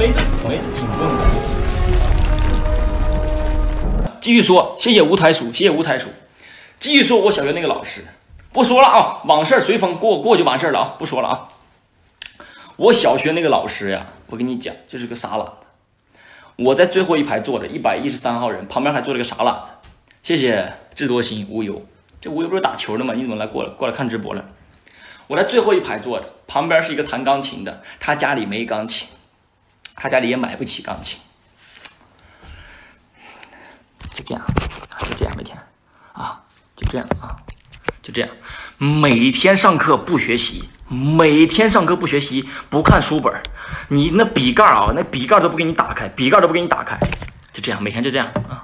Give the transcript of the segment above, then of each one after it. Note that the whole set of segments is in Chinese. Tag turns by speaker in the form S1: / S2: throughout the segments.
S1: 没这挺笨的。继续说，谢谢吴才叔，谢谢吴才叔。继续说我小学那个老师，不说了啊，往事随风，过就完事了啊，不说了啊。我小学那个老师呀，我跟你讲，就是个傻懒子。我在最后一排坐着，113号人，旁边还坐了个傻懒子。谢谢智多星无忧，这无忧不是打球的吗？你怎么过来看直播了？我在最后一排坐着，旁边是一个弹钢琴的，他家里没钢琴，他家里也买不起钢琴。就这样，每天啊，就这样啊，就这样，每天上课不学习，不看书本，你那笔盖啊，那笔盖都不给你打开，就这样，每天就这样啊，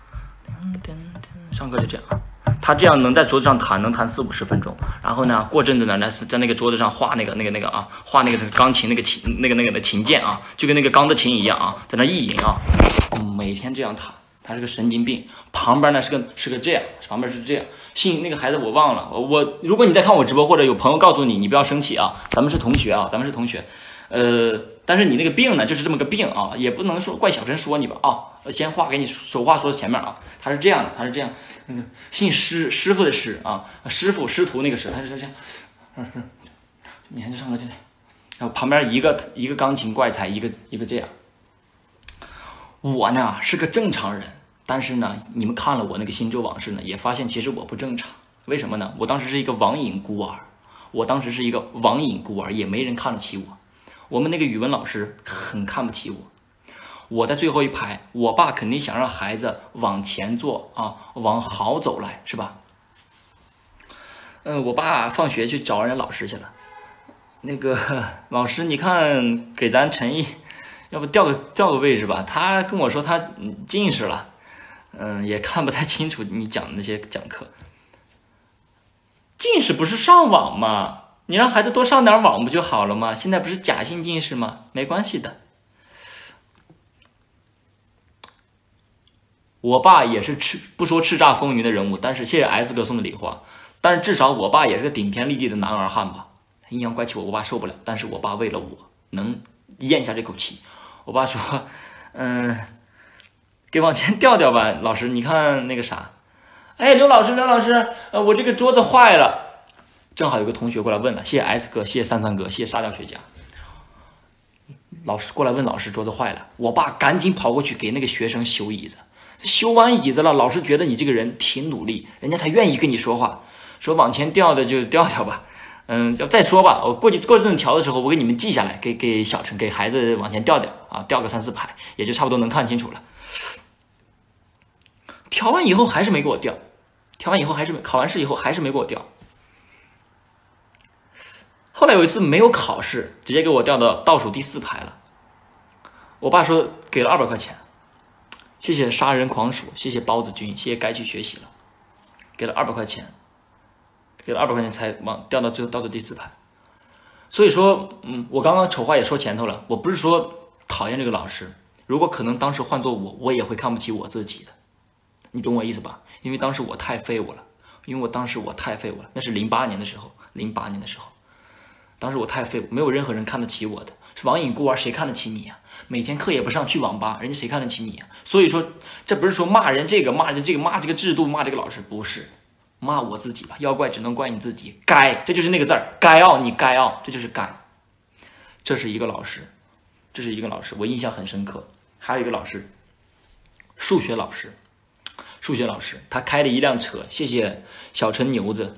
S1: 上课就这样。他这样能在桌子上弹，能弹40-50分钟。然后呢，过阵子呢，在那个桌子上画那个啊，画那个钢琴那个琴键啊，就跟那个钢的琴一样啊，在那意淫啊，每天这样弹。他是个神经病，旁边呢是个这样，旁边是这样。姓那个孩子我忘了，如果你在看我直播或者有朋友告诉你，你不要生气啊，咱们是同学啊，但是你那个病呢，就是这么个病啊，也不能说怪小陈说你吧啊，先话给你手话说前面啊，他是这样的，姓师傅的师啊，师徒那个师，他是这样，你看就上课这里，然后旁边一个钢琴怪才，一个这样。我呢是个正常人，但是呢，你们看了我那个新洲往事呢，也发现其实我不正常。为什么呢？我当时是一个网瘾孤儿，也没人看得起我。我们那个语文老师很看不起我。我在最后一排，我爸肯定想让孩子往前坐啊，往好走来，是吧？我爸放学去找人家老师去了。那个老师，你看给咱陈毅。要不调个位置吧？他跟我说他近视了，也看不太清楚你讲的那些讲课。近视不是上网吗？你让孩子多上点网不就好了吗？现在不是假性近视吗？没关系的。我爸也是不说叱咤风云的人物，但是谢谢 S 哥送的礼花。但是至少我爸也是个顶天立地的男儿汉吧。阴阳怪气我爸受不了，但是我爸为了我能咽下这口气。我爸说，给往前调调吧，老师，你看那个啥，哎，刘老师，我这个桌子坏了，正好有个同学过来问了，谢谢 S 哥，谢谢33哥，谢谢沙雕学家，老师过来问老师桌子坏了，我爸赶紧跑过去给那个学生修椅子，修完椅子了，老师觉得你这个人挺努力，人家才愿意跟你说话，说往前调的就调调吧。要再说吧，我过阵子调的时候，我给你们记下来，给小陈给孩子往前调啊，调个3-4排，也就差不多能看清楚了。调完以后还是没给我调，考完试以后还是没给我调。后来有一次没有考试，直接给我调到倒数第4排了。我爸说给了200块钱，谢谢杀人狂鼠，谢谢包子君，谢谢该去学习了，给了200块钱。给了200块钱才调到最后倒数第4排，所以说，我刚刚丑话也说前头了，我不是说讨厌这个老师，如果可能当时换做我也会看不起我自己的，你懂我意思吧？因为当时我太废物了，那是08年的时候，当时我太废物，没有任何人看得起我的，是网瘾孤儿，谁看得起你呀？每天课也不上，去网吧，人家谁看得起你呀？所以说，这不是说骂人这个骂这个制度，骂这个老师，不是。骂我自己吧，要怪只能怪你自己，该，这就是那个字儿，该傲，你该傲，这就是该。这是一个老师，我印象很深刻。还有一个老师，数学老师，他开了一辆车，谢谢小陈牛子。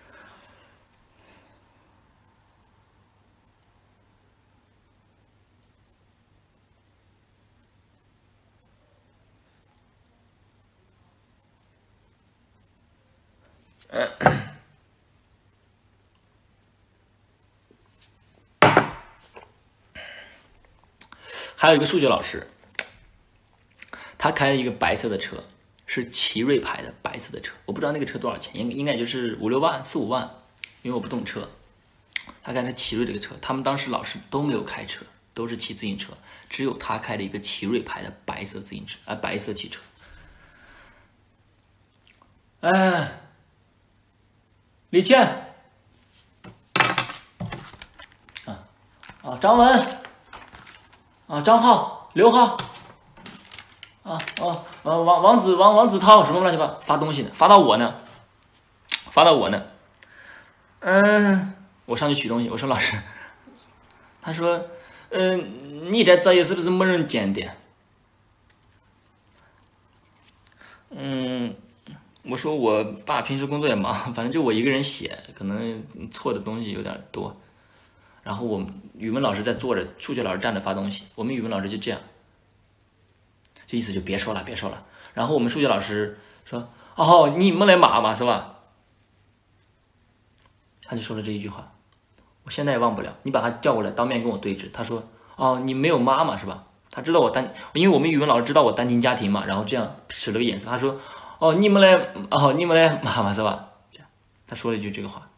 S1: 还有一个数学老师，他开了一个白色的车，是奇瑞牌的白色的车，我不知道那个车多少钱，应该就是5-6万、4-5万，因为我不懂车。他开的奇瑞这个车，他们当时老师都没有开车，都是骑自行车，只有他开了一个奇瑞牌的白色自行车，白色汽车。李倩，张文， 啊，张浩、刘浩，王子涛什么乱七八发东西呢？发到我呢。我上去取东西，我说老师，他说，你这作业是不是没人检点？我说我爸平时工作也忙，反正就我一个人写，可能错的东西有点多。然后我们语文老师在坐着，数学老师站着发东西，我们语文老师就这样，这意思就别说了。然后我们数学老师说：“哦，你没来骂嘛是吧？”他就说了这一句话，我现在也忘不了。你把他叫过来，当面跟我对质。他说：“哦，你没有妈妈是吧？”他知道我因为我们语文老师知道我单亲家庭嘛，然后这样使了个眼色。他说：“哦，你们来妈妈是吧？”这样，他说了一句这个话。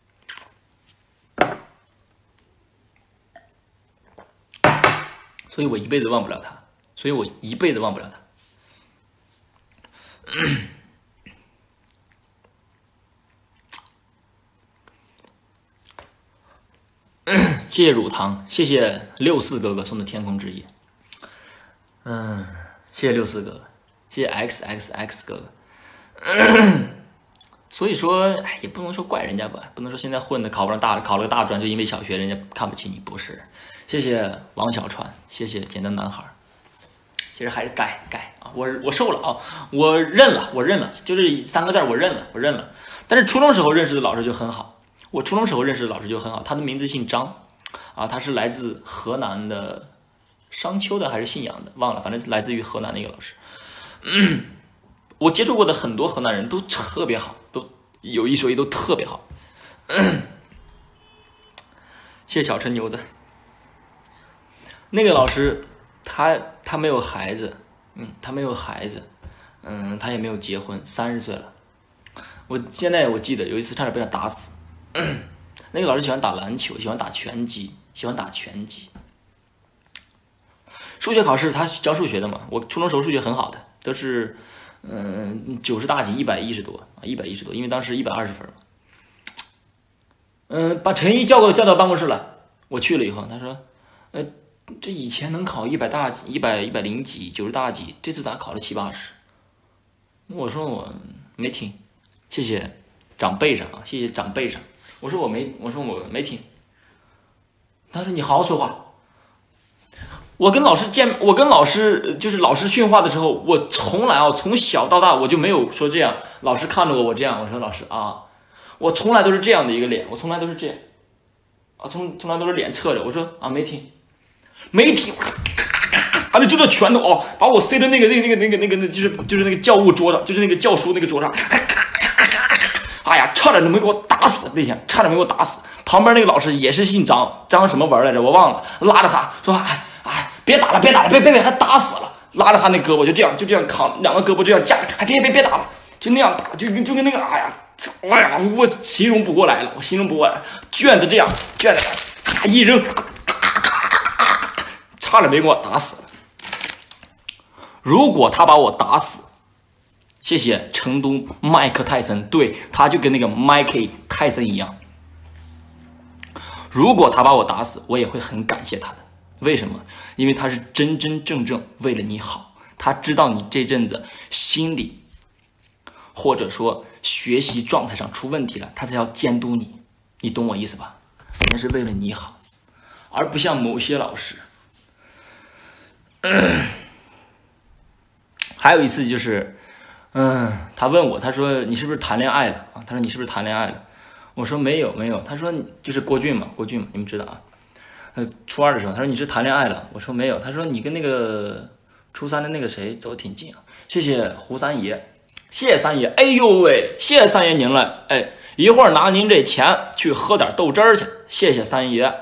S1: 所以我一辈子忘不了他。谢谢乳糖，谢谢64哥哥送的天空之夜。谢谢64哥哥，谢谢 XXX 哥哥。所以说，也不能说怪人家吧，不能说现在混的考了个大专就因为小学人家看不起你，不是。谢谢王小川，谢谢简单男孩。其实还是该啊，我受了啊，我认了，就是3个字，我认了。但是初中时候认识的老师就很好，他的名字姓张，啊，他是来自河南的商丘的还是信阳的，忘了，反正来自于河南的一个老师。我接触过的很多河南人都特别好，都有一说一都特别好。谢谢小陈牛子。那个老师他没有孩子，他也没有结婚，30岁了。现在我记得有一次差点被他打死。那个老师喜欢打篮球，喜欢打拳击。数学考试他教数学的嘛，我初中时候数学很好的，都是90大几110多，因为当时120分嘛。把陈毅叫到办公室了，我去了以后，他说，这以前能考100大几100几90大几，这次咋考了70、80？我说我没听，谢谢长辈上啊，谢谢长辈上。我说我没听。他说你好好说话。我跟老师就是老师训话的时候，我从来从小到大我就没有说这样。老师看着我这样，我说老师啊，我从来都是这样的一个脸，我从来都是这样啊，从来都是脸侧着。我说啊，没听，他就这拳头把我塞到那个就是那个教务桌上，就是那个教书那个桌上，哎呀，差点没给我打死。那天差点没给我打死。旁边那个老师也是姓张什么文来着，我忘了，拉着他说别打了，别，还打死了。拉着他那胳膊就这样扛，两个胳膊这样架着，别打了，就那样打，就跟那个我形容不过来了，卷子这样一扔，差点没给我打死了。如果他把我打死，谢谢成都麦克泰森，对，他就跟那个麦克泰森一样。如果他把我打死，我也会很感谢他的。为什么？因为他是真正为了你好，他知道你这阵子心理或者说学习状态上出问题了，他才要监督你，你懂我意思吧？人是为了你好，而不像某些老师。还有一次就是，他问我，他说你是不是谈恋爱了啊？他说你是不是谈恋爱了？我说没有。他说就是郭俊嘛，你们知道啊。初2的时候，他说你是谈恋爱了？我说没有。他说你跟那个初3的那个谁走挺近啊。谢谢胡三爷，谢谢三爷。哎呦喂，谢谢三爷您了。一会儿拿您这钱去喝点豆汁儿去。谢谢三爷。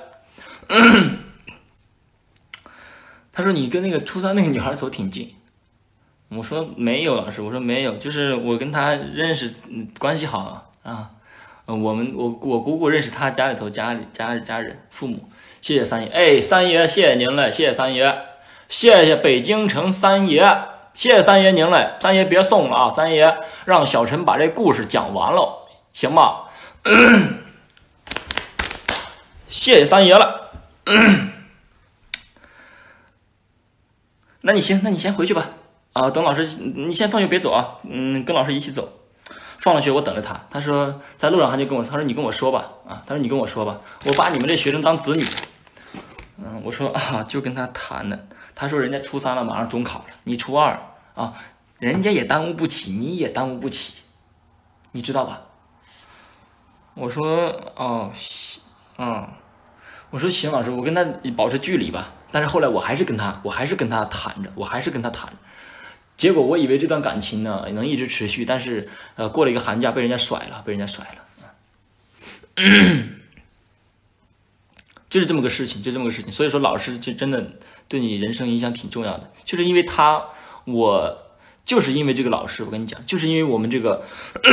S1: 他说你跟那个初3那个女孩走挺近。我说没有，老师，我说没有，就是我跟他认识，关系好啊。我姑姑认识他家里头家人父母。谢谢三爷，三爷谢谢您了，谢谢三爷，谢谢北京城三爷，谢谢三爷您了，三爷别送了啊，三爷让小陈把这故事讲完了，行吗？谢谢三爷了。 那你行，那你先回去吧。啊，等老师，你先放学别走啊。跟老师一起走。放了学我等着他，他说在路上他就跟我，他说你跟我说吧，他说你跟我说吧，我把你们这学生当子女。我说就跟他谈呢。他说人家初3了，马上中考了，你初2啊，人家也耽误不起，你也耽误不起，你知道吧？我说我说行，老师，我跟他保持距离吧。但是后来我还是跟他谈着，结果我以为这段感情呢能一直持续，但是过了一个寒假被人家甩了，就是这么个事情，所以说老师就真的对你人生影响挺重要的，就是因为就是因为这个老师，我跟你讲，就是因为我们这个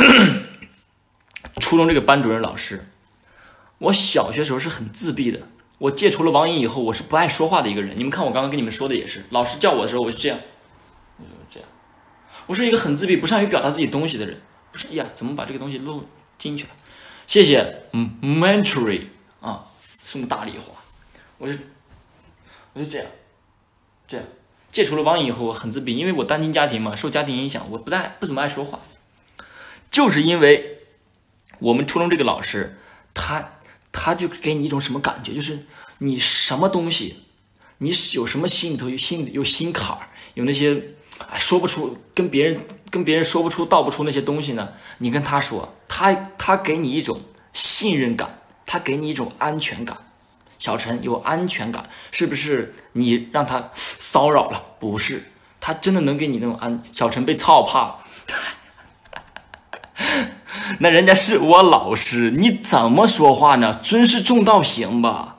S1: 初中这个班主任老师，我小学时候是很自闭的，我戒除了网瘾以后，我是不爱说话的一个人。你们看我刚刚跟你们说的也是，老师叫我的时候我就这样，我是一个很自闭、不善于表达自己东西的人。不是呀，怎么把这个东西漏进去了？谢谢，Mentary 送个大礼花。我就这样戒除了网瘾以后，我很自闭，因为我单亲家庭嘛，受家庭影响，我不怎么爱说话。就是因为我们初中这个老师，他就给你一种什么感觉，就是你什么东西，你有什么心里头有心坎儿，有那些说不出，跟别人说不出道不出那些东西呢，你跟他说，他给你一种信任感，他给你一种安全感。小陈有安全感，是不是你让他骚扰了？不是，他真的能给你那种小陈被操怕了。那人家是我老师，你怎么说话呢？尊师重道行吧。